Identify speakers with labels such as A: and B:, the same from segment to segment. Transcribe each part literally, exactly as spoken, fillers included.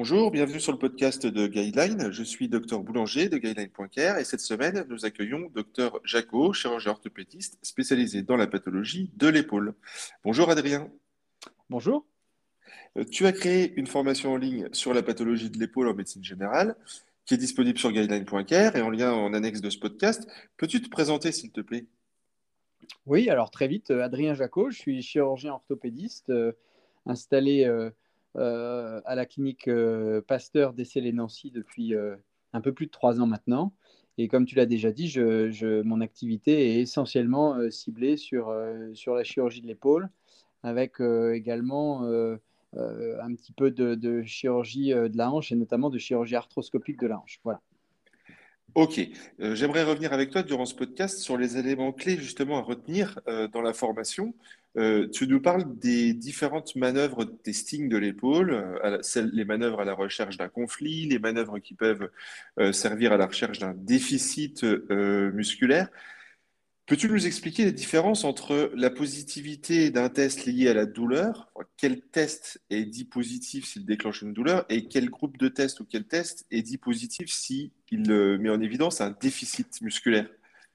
A: Bonjour, bienvenue sur le podcast de Guideline. Je suis docteur Boulanger de Guideline point Care et cette semaine, nous accueillons docteur Jaco, chirurgien orthopédiste spécialisé dans la pathologie de l'épaule. Bonjour Adrien.
B: Bonjour.
A: Euh, Tu as créé une formation en ligne sur la pathologie de l'épaule en médecine générale qui est disponible sur Guideline point Care et en lien en annexe de ce podcast. Peux-tu te présenter s'il te plaît?
B: Oui, alors très vite, euh, Adrien Jacot, je suis chirurgien orthopédiste euh, installé euh, euh, à la clinique euh, Pasteur d'Essey-les-Nancy depuis euh, un peu plus de trois ans maintenant. Et comme tu l'as déjà dit, je, je- mon activité est essentiellement euh, ciblée sur, euh, sur la chirurgie de l'épaule, avec euh, également euh, euh, un petit peu de, de chirurgie euh, de la hanche et notamment de chirurgie arthroscopique de la hanche. Voilà.
A: Ok, Euh, j'aimerais revenir avec toi durant ce podcast sur les éléments clés justement à retenir euh, dans la formation. Euh, tu nous parles des différentes manœuvres de testing de l'épaule, euh, à la- celles- les manœuvres à la recherche d'un conflit, les manœuvres qui peuvent euh, servir à la recherche d'un déficit euh, musculaire. Peux-tu nous expliquer les différences entre la positivité d'un test lié à la douleur, enfin, quel test est dit positif s'il déclenche une douleur, et quel groupe de tests ou quel test est dit positif s'il euh, met en évidence un déficit musculaire?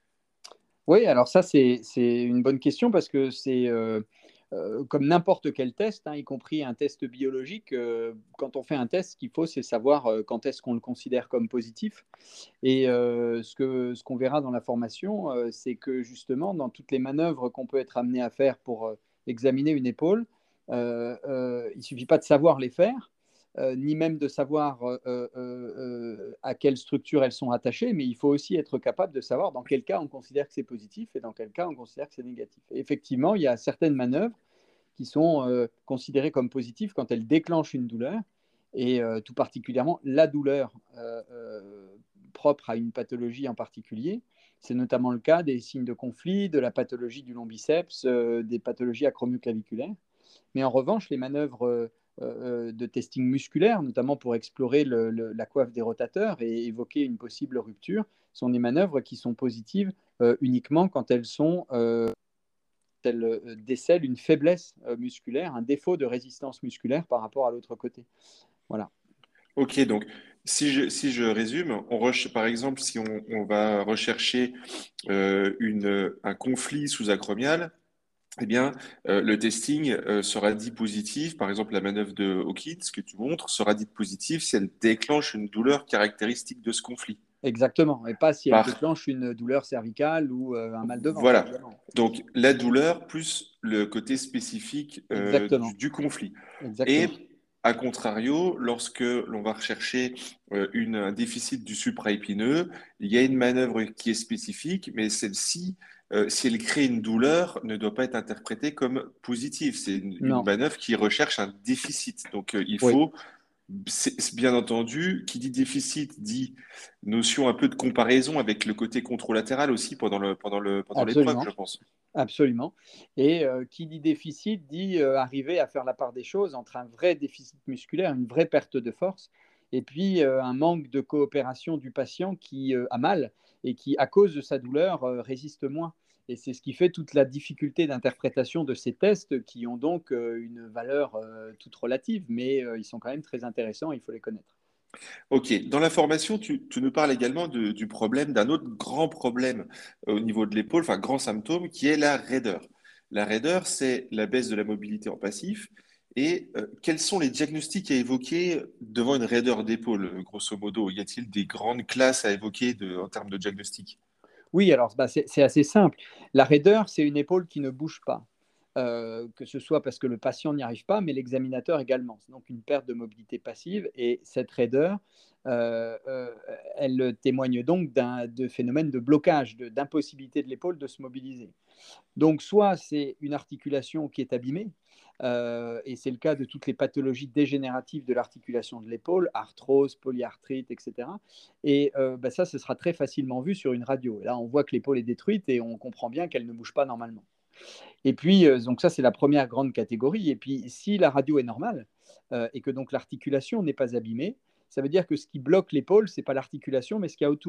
B: Oui, alors ça, c'est c'est une bonne question parce que c'est euh, euh, comme n'importe quel test, hein, y compris un test biologique. Euh, quand on fait un test, ce qu'il faut, c'est savoir euh, quand est-ce qu'on le considère comme positif. Et euh, ce que, ce qu'on verra dans la formation, euh, c'est que justement, dans toutes les manœuvres qu'on peut être amené à faire pour euh, examiner une épaule, euh, euh, il ne suffit pas de savoir les faire, euh, ni même de savoir euh, euh, euh, à quelle structure elles sont attachées, mais il faut aussi être capable de savoir dans quel cas on considère que c'est positif et dans quel cas on considère que c'est négatif. Et effectivement, il y a certaines manœuvres qui sont euh, considérées comme positives quand elles déclenchent une douleur, et euh, tout particulièrement la douleur euh, euh, propre à une pathologie en particulier. C'est notamment le cas des signes de conflit, de la pathologie du long biceps, euh, des pathologies acromioclaviculaires. Mais en revanche, les manœuvres euh, euh, de testing musculaire, notamment pour explorer le, le, la coiffe des rotateurs et évoquer une possible rupture, sont des manœuvres qui sont positives euh, uniquement quand elles sont euh, elles euh, décèlent une faiblesse euh, musculaire, un défaut de résistance musculaire par rapport à l'autre côté. Voilà.
A: Ok, donc si je, si je résume, on reche- par exemple, si on, on va rechercher euh, une, un conflit sous-acromial, eh bien, euh, le testing euh, sera dit positif. Par exemple, la manœuvre de Hawkins que tu montres sera dite positive si elle déclenche une douleur caractéristique de ce conflit.
B: Exactement. Et pas si elle
A: Par,
B: déclenche une douleur cervicale ou euh, un mal de ventre,
A: voilà.
B: évidemment.
A: Donc, la douleur plus le côté spécifique euh, du,
B: Exactement.
A: du conflit.
B: Exactement.
A: Et à contrario, lorsque l'on va rechercher euh, une, un déficit du supraépineux, il y a une manœuvre qui est spécifique, mais celle-ci, euh, si elle crée une douleur, ne doit pas être interprétée comme positive. C'est une, une
B: Non.
A: manœuvre qui recherche un déficit. Donc, euh, il
B: Oui.
A: faut, c'est- c'est bien entendu, qui dit déficit dit notion un peu de comparaison avec le côté contralatéral aussi pendant le, pendant le, pendant l'épreuve,
B: Absolument.
A: je pense.
B: Absolument. Et euh, qui dit déficit dit euh, arriver à faire la part des choses entre un vrai déficit musculaire, une vraie perte de force, et puis euh, un manque de coopération du patient qui euh, a mal et qui, à cause de sa douleur, euh, résiste moins. Et c'est ce qui fait toute la difficulté d'interprétation de ces tests qui ont donc euh, une valeur euh, toute relative, mais euh, ils sont quand même très intéressants, il faut les connaître.
A: Ok, dans la formation, tu, tu nous parles également de- du problème, d'un autre grand problème euh, au niveau de l'épaule, enfin grand symptôme, qui est la raideur. La raideur, c'est la baisse de la mobilité en passif. Et euh, quels sont les diagnostics à évoquer devant une raideur d'épaule, euh, grosso modo? Y a-t-il des grandes classes à évoquer de- en termes de diagnostic?
B: Oui, alors bah, c'est c'est assez simple. La raideur, c'est une épaule qui ne bouge pas, euh, que ce soit parce que le patient n'y arrive pas, mais l'examinateur également. C'est donc une perte de mobilité passive et cette raideur, euh, euh, elle témoigne donc d'un de phénomène de blocage, de- d'impossibilité de l'épaule de se mobiliser. Donc, soit c'est une articulation qui est abîmée, euh, et c'est le cas de toutes les pathologies dégénératives de l'articulation de l'épaule, arthrose, polyarthrite, et cetera. Et euh, bah, ça, ce sera très facilement vu sur une radio. Et là, on voit que l'épaule est détruite et on comprend bien qu'elle ne bouge pas normalement. Et puis, euh, donc ça, c'est la première grande catégorie. Et puis, si la radio est normale euh, et que donc l'articulation n'est pas abîmée, ça veut dire que ce qui bloque l'épaule, ce n'est pas l'articulation, mais ce qu'il y a autour.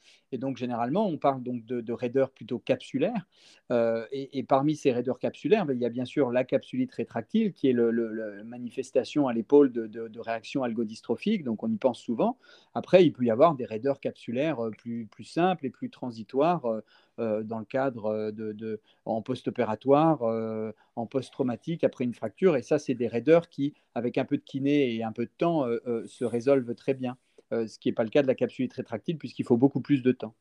B: Et donc, généralement, on parle donc de, de raideurs plutôt capsulaires. Euh, et, et parmi ces raideurs capsulaires, ben, il y a bien sûr la capsulite rétractile, qui est le, le, le manifestation à l'épaule de, de, de réaction algodystrophique. Donc, on y pense souvent. Après, il peut y avoir des raideurs capsulaires euh, plus, plus simples et plus transitoires euh, euh, dans le cadre de, de en post-opératoire, euh, en post-traumatique après une fracture. Et ça, c'est des raideurs qui, avec un peu de kiné et un peu de temps, euh, euh, se résolvent très bien. Euh, ce qui n'est pas le cas de la capsulite rétractile puisqu'il faut beaucoup plus de temps.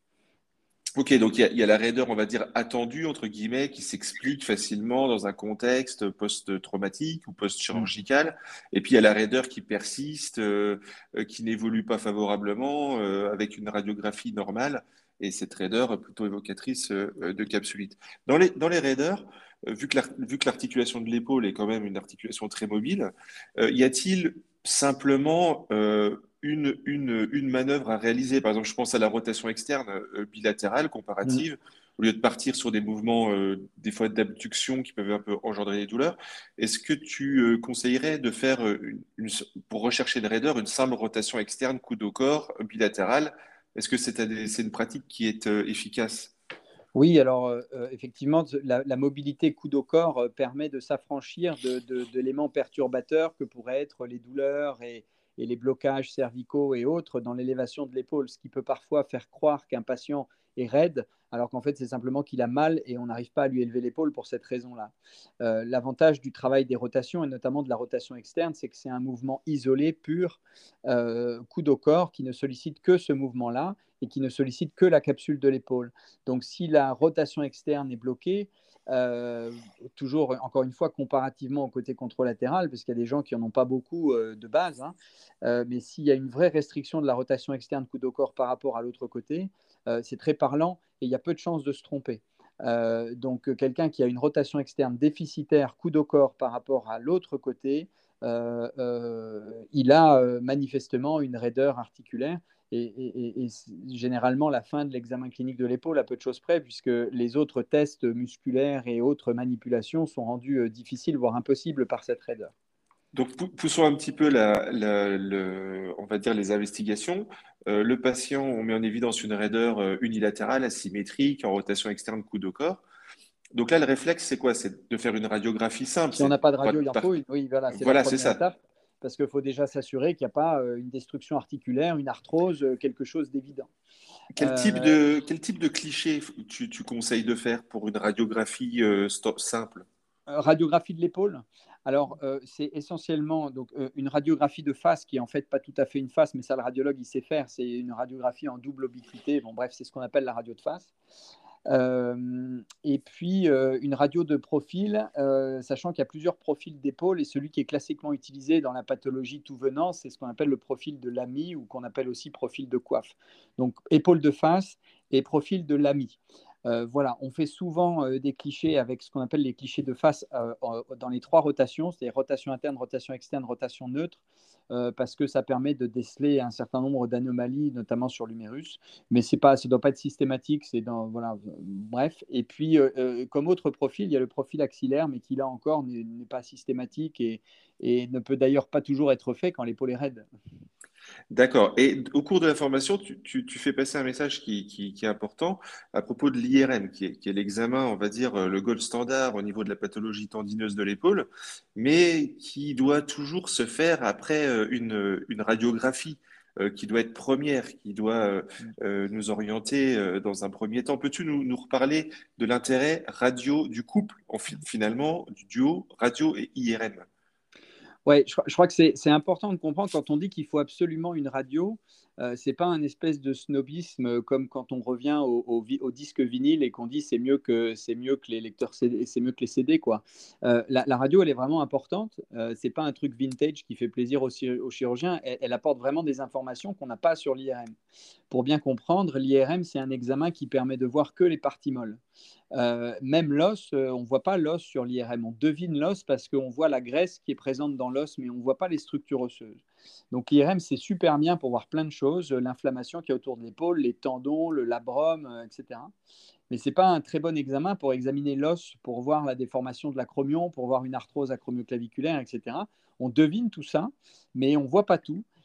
A: Ok, donc il y a, il y a la raideur, on va dire, attendue, entre guillemets, qui s'explique facilement dans un contexte post-traumatique ou
B: Mm.
A: post-chirurgical. Et puis il y a la raideur qui persiste, euh, euh, qui n'évolue pas favorablement, euh, avec une radiographie normale. Et cette raideur plutôt évocatrice euh, de capsulite. Dans les, dans les raideurs, euh, vu que l'ar- vu que l'articulation de l'épaule est quand même une articulation très mobile, euh, y a-t-il simplement euh, une, une, une manœuvre à réaliser? Par exemple, je pense à la rotation externe euh, bilatérale
B: Mm.
A: comparative, au lieu de partir sur des mouvements, euh, des fois d'abduction qui peuvent un peu engendrer des douleurs. Est-ce que tu euh, conseillerais de faire, euh, une, une- pour rechercher une raideur, une simple rotation externe coude au corps euh, bilatérale? Est-ce que c'est un- c'est une pratique qui est euh, efficace?
B: Oui, alors euh, euh, effectivement, la, la mobilité coude au corps euh, permet de s'affranchir de, de- d'éléments perturbateurs que pourraient être les douleurs et, et les blocages cervicaux et autres dans l'élévation de l'épaule, ce qui peut parfois faire croire qu'un patient est raide, alors qu'en fait c'est simplement qu'il a mal et on n'arrive pas à lui élever l'épaule pour cette raison-là. Euh, l'avantage du travail des rotations et notamment de la rotation externe, c'est que c'est un mouvement isolé, pur, euh, coude au corps, qui ne sollicite que ce mouvement-là et qui ne sollicite que la capsule de l'épaule. Donc, si la rotation externe est bloquée, euh, toujours, encore une fois, comparativement au côté contralatéral, parce qu'il y a des gens qui n'en ont pas beaucoup euh, de base, hein, euh, mais s'il y a une vraie restriction de la rotation externe coude au corps par rapport à l'autre côté, euh, c'est très parlant et il y a peu de chances de se tromper. Euh, donc, euh, quelqu'un qui a une rotation externe déficitaire coude au corps par rapport à l'autre côté, euh, euh, il a euh, manifestement une raideur articulaire et, et- et généralement, la fin de l'examen clinique de l'épaule, à peu de choses près, puisque les autres tests musculaires et autres manipulations sont rendus euh, difficiles, voire impossibles par cette raideur.
A: Donc, pou- poussons un petit peu la, la- le- on va dire les investigations. Euh, le patient, on met en évidence une raideur euh, unilatérale, asymétrique, en rotation externe coude au corps. Donc là, le réflexe, c'est quoi? C'est de faire une radiographie simple.
B: Si on
A: C'est
B: n'a pas de
A: pas
B: radio,
A: de
B: il en
A: par-
B: faut une. Oui, voilà, c'est la
A: Voilà, c'est
B: première
A: ça.
B: étape, parce qu'il faut déjà s'assurer qu'il n'y a pas euh, une destruction articulaire, une arthrose, euh, quelque chose d'évident.
A: Quel type
B: Euh,
A: de, quel type de cliché tu, tu conseilles de faire pour une radiographie euh, sto- simple?
B: Euh, radiographie de l'épaule. Alors, euh, c'est essentiellement donc, euh, une radiographie de face qui est en fait pas tout à fait une face, mais ça, le radiologue, il sait faire. C'est une radiographie en double obliquité. Bon, bref, c'est ce qu'on appelle la radio de face. Euh, et puis, euh, une radio de profil, euh, sachant qu'il y a plusieurs profils d'épaule, et celui qui est classiquement utilisé dans la pathologie tout venant, c'est ce qu'on appelle le profil de l'A M I ou qu'on appelle aussi profil de coiffe. Donc, épaule de face et profil de l'A M I. Euh, voilà, on fait souvent euh, des clichés avec ce qu'on appelle les clichés de face euh, dans les trois rotations, c'est-à-dire rotation interne, rotation externe, rotation neutre, euh, parce que ça permet de déceler un certain nombre d'anomalies, notamment sur l'humérus. Mais c'est pas, ça ne doit pas être systématique, c'est dans, voilà, euh, bref. Et puis, euh, euh, comme autre profil, il y a le profil axillaire, mais qui là encore n'est n'est pas systématique et, et ne peut d'ailleurs pas toujours être fait quand l'épaule est raide.
A: D'accord. Et au cours de la formation, tu, tu- tu fais passer un message qui, qui- qui est important à propos de l'I R M, qui est, qui est l'examen, on va dire, euh, le gold standard au niveau de la pathologie tendineuse de l'épaule, mais qui doit toujours se faire après euh, une, une radiographie, euh, qui doit être première, qui doit euh, euh, nous orienter euh, dans un premier temps. Peux-tu nous, nous reparler de l'intérêt radio du couple, en fi- finalement, du duo radio et I R M?
B: Ouais, je, crois je crois que c'est c'est important de comprendre quand on dit qu'il faut absolument une radio, euh, c'est pas un espèce de snobisme euh, comme quand on revient au, au, vi- au disque vinyle et qu'on dit c'est mieux que c'est mieux que les lecteurs C D, c'est mieux que les C D quoi. Euh, la, la radio elle est vraiment importante. Euh, c'est pas un truc vintage qui fait plaisir aux, chir- aux chirurgiens. Elle, elle apporte vraiment des informations qu'on n'a pas sur l'I R M. Pour bien comprendre, l'I R M c'est un examen qui permet de voir que les parties molles. Euh, même l'os, euh, on ne voit pas l'os sur l'I R M. On devine l'os parce qu'on voit la graisse qui est présente dans l'os, mais on ne voit pas les structures osseuses. Donc l'I R M, c'est super bien pour voir plein de choses, euh, l'inflammation qu'il y a autour de l'épaule, les tendons, le labrum, euh, et cetera. Mais ce n'est pas un très bon examen pour examiner l'os, pour voir la déformation de l'acromion, pour voir une arthrose acromioclaviculaire, et cetera. On devine tout ça, mais on ne voit pas tout.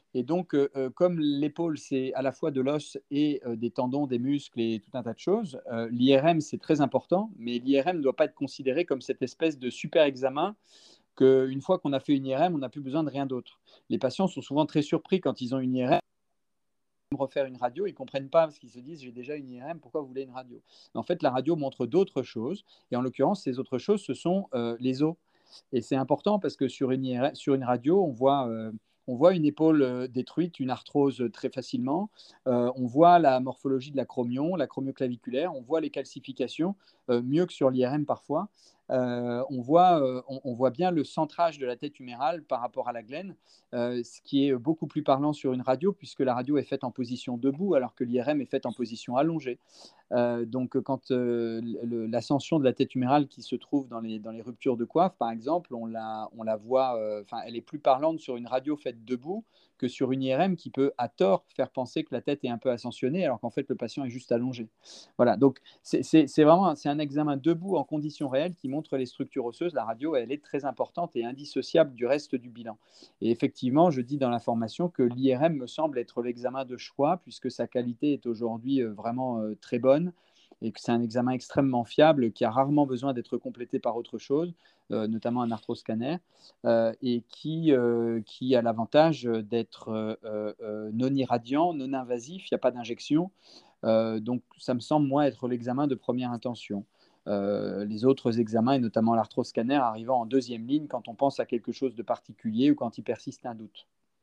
B: Et donc, euh, euh, comme l'épaule, c'est à la fois de l'os et euh, des tendons, des muscles et tout un tas de choses, euh, l'I R M, c'est très important, mais l'I R M ne doit pas être considéré comme cette espèce de super examen qu'une fois qu'on a fait une I R M, on n'a plus besoin de rien d'autre. Les patients sont souvent très surpris quand ils ont une I R M, refaire une radio, ils ne comprennent pas parce qu'ils se disent j'ai déjà une I R M, pourquoi vous voulez une radio? En fait, la radio montre d'autres choses, et en l'occurrence, ces autres choses, ce sont euh, les os. Et c'est important parce que sur une, I R M, sur une radio, on voit, euh, on voit une épaule euh, détruite, une arthrose euh, très facilement. Euh, on voit la morphologie de l'acromion, l'acromioclaviculaire. On voit les calcifications, euh, mieux que sur l'I R M parfois. Euh, on, voit, euh, on, on, voit bien le centrage de la tête humérale par rapport à la glène, euh, ce qui est beaucoup plus parlant sur une radio, puisque la radio est faite en position debout, alors que l'I R M est faite en position allongée. Euh, donc, quand euh, l'ascension de la tête humérale qui se trouve dans les, dans les ruptures de coiffe, par exemple, on la, on la voit, enfin, euh, elle est plus parlante sur une radio faite debout que sur une I R M qui peut, à tort, faire penser que la tête est un peu ascensionnée, alors qu'en fait, le patient est juste allongé. Voilà, donc c'est vraiment c'est un examen debout en conditions réelles qui montre les structures osseuses. La radio, elle est très importante et indissociable du reste du bilan. Et effectivement, je dis dans la formation que l'I R M me semble être l'examen de choix, puisque sa qualité est aujourd'hui vraiment euh, très bonne, et que c'est un examen extrêmement fiable qui a rarement besoin d'être complété par autre chose, euh, notamment un arthroscanner, euh, et qui, euh, qui a l'avantage d'être euh, euh, non irradiant, non invasif, il n'y a pas d'injection. Euh, donc, ça me semble, moi, être l'examen de première intention. Euh, les autres examens, et notamment l'arthroscanner, arrivant en deuxième ligne quand on pense à quelque chose de particulier ou quand il persiste un doute.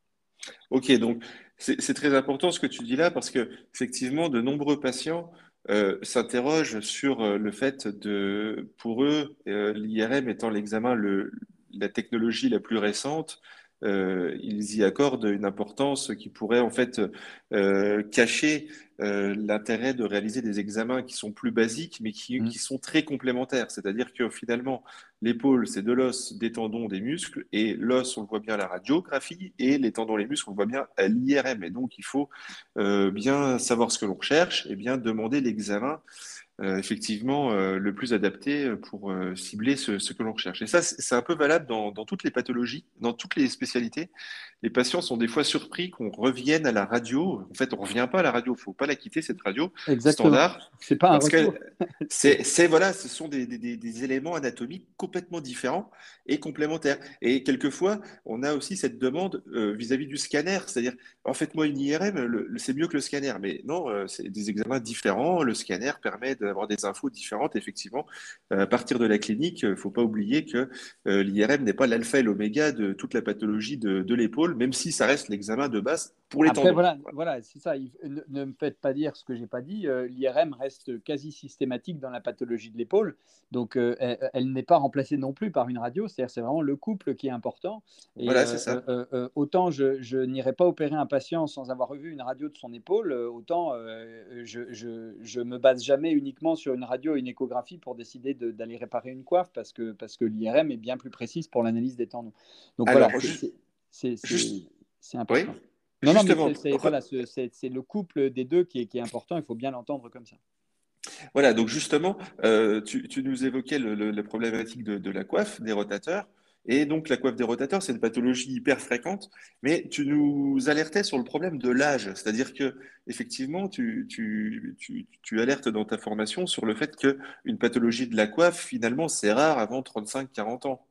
A: Ok, donc c'est c'est très important ce que tu dis là parce que effectivement, de nombreux patients euh, s'interrogent sur euh, le fait de, pour eux, euh, l'I R M étant l'examen, le, la technologie la plus récente, euh, ils y accordent une importance qui pourrait en fait euh, cacher euh, l'intérêt de réaliser des examens qui sont plus basiques mais qui,
B: Mm.
A: qui sont très complémentaires. C'est-à-dire que finalement, l'épaule, c'est de l'os, des tendons, des muscles, et l'os, on le voit bien à la radiographie, et les tendons, les muscles, on le voit bien à l'I R M. Et donc, il faut euh, bien savoir ce que l'on recherche et bien demander l'examen euh, effectivement euh, le plus adapté pour euh, cibler ce, ce que l'on recherche. Et ça, c'est c'est un peu valable dans, dans toutes les pathologies, dans toutes les spécialités. Les patients sont des fois surpris qu'on revienne à la radio. En fait, on ne revient pas à la radio. Il ne faut pas la quitter, cette radio
B: Exactement.
A: standard,
B: C'est pas un
A: parce
B: retour.
A: que c'est, c'est voilà, ce sont des, des, des- des éléments anatomiques complètement différents et complémentaires. Et quelquefois, on a aussi cette demande euh, vis-à-vis du scanner, c'est-à-dire, en faites-moi une I R M, le- le- c'est mieux que le scanner. Mais non, euh, c'est des examens différents. Le scanner permet d'avoir des infos différentes. Effectivement, Euh, à partir de la clinique, il ne faut pas oublier que euh, l'I R M n'est pas l'alpha et l'oméga de toute la pathologie de, de l'épaule, même si ça reste l'examen de base pour les
B: Après,
A: tendons.
B: voilà,
A: Voilà.
B: voilà c'est ça. Il- ne, ne me faites pas dire ce que j'ai pas dit. Euh, L'I R M reste quasi systématique dans la pathologie de l'épaule. Donc, euh, elle, elle n'est pas remplacée non plus par une radio. C'est-à-dire, c'est vraiment le couple qui est important. Et
A: Voilà, c'est
B: euh,
A: ça.
B: euh, euh, autant je, je n'irai pas opérer un patient sans avoir revu une radio de son épaule, euh, autant euh, je, je, je me base jamais uniquement sur une radio et une échographie pour décider de- d'aller réparer une coiffe parce que, parce que l'I R M est bien plus précise pour l'analyse des tendons. Donc, voilà,
A: Alors,
B: c'est
A: ju-
B: c'est- c'est- c'est-
A: juste,
B: c'est
A: oui,
B: important. Non, non, mais
A: justement,
B: c'est c'est-
A: re-
B: voilà, c'est c'est- c'est le couple des deux qui est, qui est important. Il faut bien l'entendre comme ça.
A: voilà, donc justement, euh, tu, tu nous évoquais le- le- la problématique de, de la coiffe, des rotateurs. Et donc, la coiffe des rotateurs, c'est une pathologie hyper fréquente, mais tu nous alertais sur le problème de l'âge. C'est-à-dire que, effectivement, tu, tu, tu, tu alertes dans ta formation sur le fait qu'une pathologie de la coiffe, finalement, c'est rare avant trente-cinq quarante ans.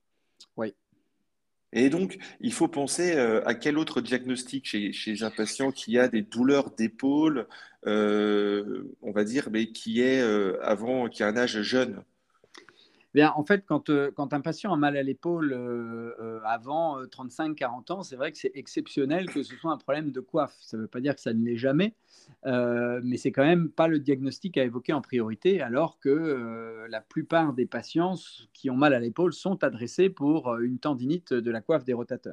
B: Oui.
A: Et donc, il faut penser euh, à quel autre diagnostic chez, chez un patient qui a des douleurs d'épaule, euh, on va dire, mais qui est euh, avant, qui a un âge jeune.
B: Bien, en fait, quand, euh, quand un patient a mal à l'épaule euh, euh, avant trente-cinq quarante ans, c'est vrai que c'est exceptionnel que ce soit un problème de coiffe. Ça ne veut pas dire que ça ne l'est jamais, euh, mais c'est quand même pas le diagnostic à évoquer en priorité, alors que euh, la plupart des patients qui ont mal à l'épaule sont adressés pour euh, une tendinite de la coiffe des rotateurs.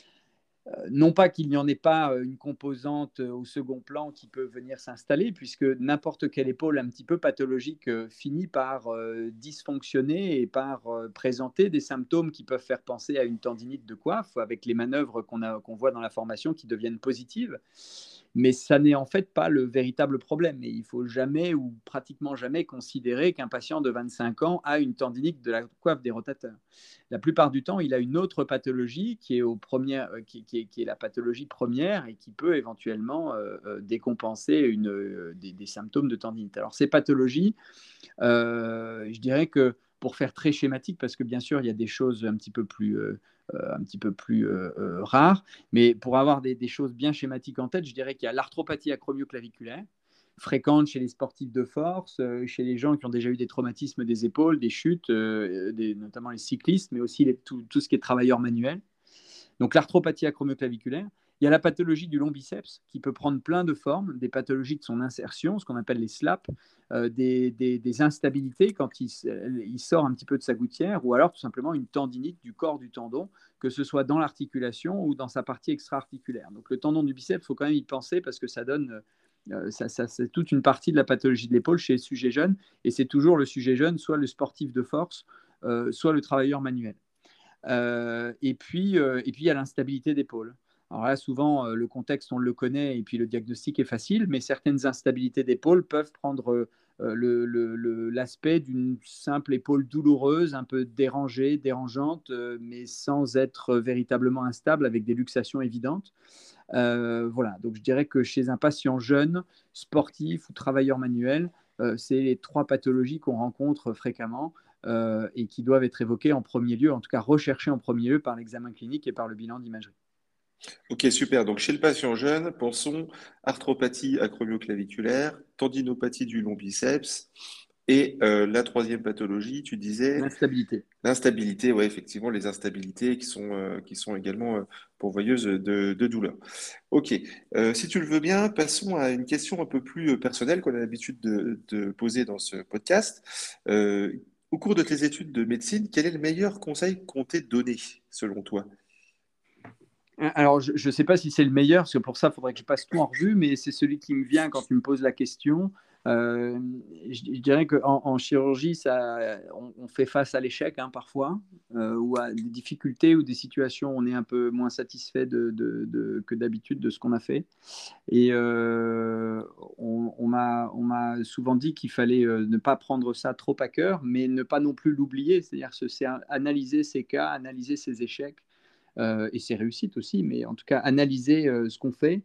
B: Non pas qu'il n'y en ait pas une composante au second plan qui peut venir s'installer, puisque n'importe quelle épaule un petit peu pathologique finit par dysfonctionner et par présenter des symptômes qui peuvent faire penser à une tendinite de coiffe, avec les manœuvres qu'on a, qu'on voit dans la formation qui deviennent positives. mais ça n'est en fait pas le véritable problème. Et il faut jamais ou pratiquement jamais considérer qu'un patient de vingt-cinq ans a une tendinite de la coiffe des rotateurs. La plupart du temps, il a une autre pathologie qui est, au premier, euh, qui, qui est, qui est la pathologie première et qui peut éventuellement euh, euh, décompenser une, euh, des, des symptômes de tendinite. Alors ces pathologies, euh, je dirais que pour faire très schématique, parce que bien sûr, il y a des choses un petit peu plus, euh, euh, un petit peu plus euh, euh, rares, mais pour avoir des, des choses bien schématiques en tête, je dirais qu'il y a l'arthropathie acromioclaviculaire, fréquente chez les sportifs de force, euh, chez les gens qui ont déjà eu des traumatismes des épaules, des chutes, euh, des, notamment les cyclistes, mais aussi les, tout, tout ce qui est travailleurs manuels. Donc l'arthropathie acromioclaviculaire. Il y a la pathologie du long biceps qui peut prendre plein de formes, des pathologies de son insertion, ce qu'on appelle les slaps, euh, des, des, des, instabilités quand il, il, sort un petit peu de sa gouttière, ou alors tout simplement une tendinite du corps du tendon, que ce soit dans l'articulation ou dans sa partie extra-articulaire. Donc le tendon du biceps, il faut quand même y penser parce que ça donne, euh, ça, ça, c'est toute une partie de la pathologie de l'épaule chez les sujets jeunes, et c'est toujours le sujet jeune, soit le sportif de force, euh, soit le travailleur manuel. Euh, et, puis, euh, et puis, il y a l'instabilité d'épaule. Alors là, souvent, euh, le contexte, on le connaît et puis le diagnostic est facile, mais certaines instabilités d'épaule peuvent prendre euh, le, le, le, l'aspect d'une simple épaule douloureuse, un peu dérangée, dérangeante, euh, mais sans être véritablement instable, avec des luxations évidentes. Euh, voilà, donc je dirais que chez un patient jeune, sportif ou travailleur manuel, euh, c'est les trois pathologies qu'on rencontre fréquemment euh, et qui doivent être évoquées en premier lieu, en tout cas recherchées en premier lieu par l'examen clinique et par le bilan d'imagerie.
A: Ok, super. Donc, chez le patient jeune, pensons arthropathie acromioclaviculaire, tendinopathie du long biceps et euh, la troisième pathologie, tu disais
B: L'instabilité.
A: l'instabilité. Ouais, effectivement, les instabilités qui sont, euh, qui sont également euh, pourvoyeuses de, de douleur. Ok. Euh, si tu le veux bien, passons à une question un peu plus euh, personnelle qu'on a l'habitude de, de poser dans ce podcast. Euh, au cours de tes études de médecine, quel est le meilleur conseil qu'on t'ait donné, selon toi?
B: Alors, je ne sais pas si c'est le meilleur, parce que pour ça, il faudrait que je passe tout en revue, mais c'est celui qui me vient quand tu me poses la question. Euh, je, je dirais qu'en en chirurgie, ça, on, on fait face à l'échec hein, parfois, euh, ou à des difficultés ou des situations où on est un peu moins satisfait de, de, de, que d'habitude de ce qu'on a fait. Et euh, on, on m'a on m'a souvent dit qu'il fallait euh, ne pas prendre ça trop à cœur, mais ne pas non plus l'oublier, c'est-à-dire se- c'est analyser ses cas, analyser ses échecs euh, et ses réussites aussi, mais en tout cas analyser euh, ce qu'on fait,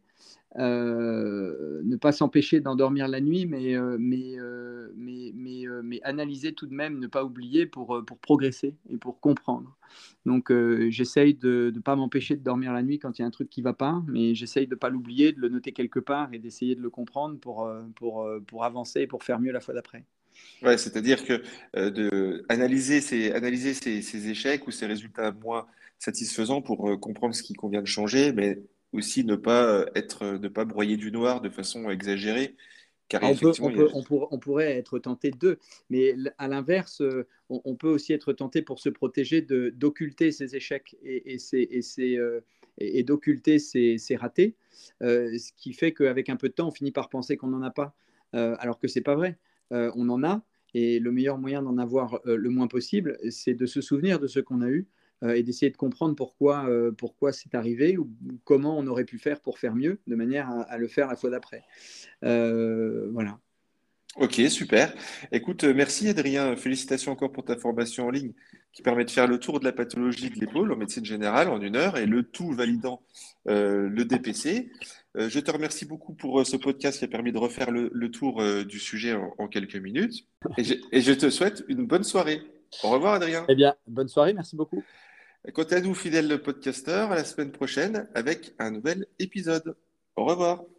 B: euh, ne pas s'empêcher d'endormir la nuit, mais, euh, mais, euh, mais, mais, euh, mais analyser tout de même, ne pas oublier pour, euh, pour progresser et pour comprendre. Donc euh, j'essaye de ne pas m'empêcher de dormir la nuit quand il y a un truc qui ne va pas, mais j'essaye de ne pas l'oublier, de le noter quelque part et d'essayer de le comprendre pour, euh, pour, euh, pour avancer et pour faire mieux la fois d'après.
A: Ouais, c'est-à-dire que euh, de analyser ces, analyser ces, ces échecs ou ces résultats moins satisfaisants pour euh, comprendre ce qui convient de changer, mais aussi ne pas euh, être, euh, ne pas broyer du noir de façon exagérée, car
B: Ah, On peut,
A: effectivement,
B: on
A: il y a...
B: peut, on pour- on pourrait être tenté d'eux, mais à l'inverse, euh, on, on peut aussi être tenté pour se protéger de, d'occulter ses échecs et, et, ses- et ses, euh, et- et d'occulter ses, ses ratés, euh, ce qui fait qu'avec un peu de temps, on finit par penser qu'on n'en a pas, euh, alors que c'est pas vrai. Euh, on en a, et le meilleur moyen d'en avoir euh, le moins possible, c'est de se souvenir de ce qu'on a eu euh, et d'essayer de comprendre pourquoi, euh, pourquoi c'est arrivé ou comment on aurait pu faire pour faire mieux, de manière à, à le faire la fois d'après. Euh, voilà.
A: Ok, super. Écoute, euh, merci Adrien. Félicitations encore pour ta formation en ligne qui permet de faire le tour de la pathologie de l'épaule en médecine générale en une heure et le tout validant euh, le D P C. Euh, je te remercie beaucoup pour euh, ce podcast qui a permis de refaire le, le tour euh, du sujet en, en quelques minutes. Et je, et je te souhaite une bonne soirée. Au revoir Adrien.
B: Eh bien, bonne soirée, merci beaucoup.
A: Quant à nous, fidèles podcasteurs, à la semaine prochaine avec un nouvel épisode. Au revoir.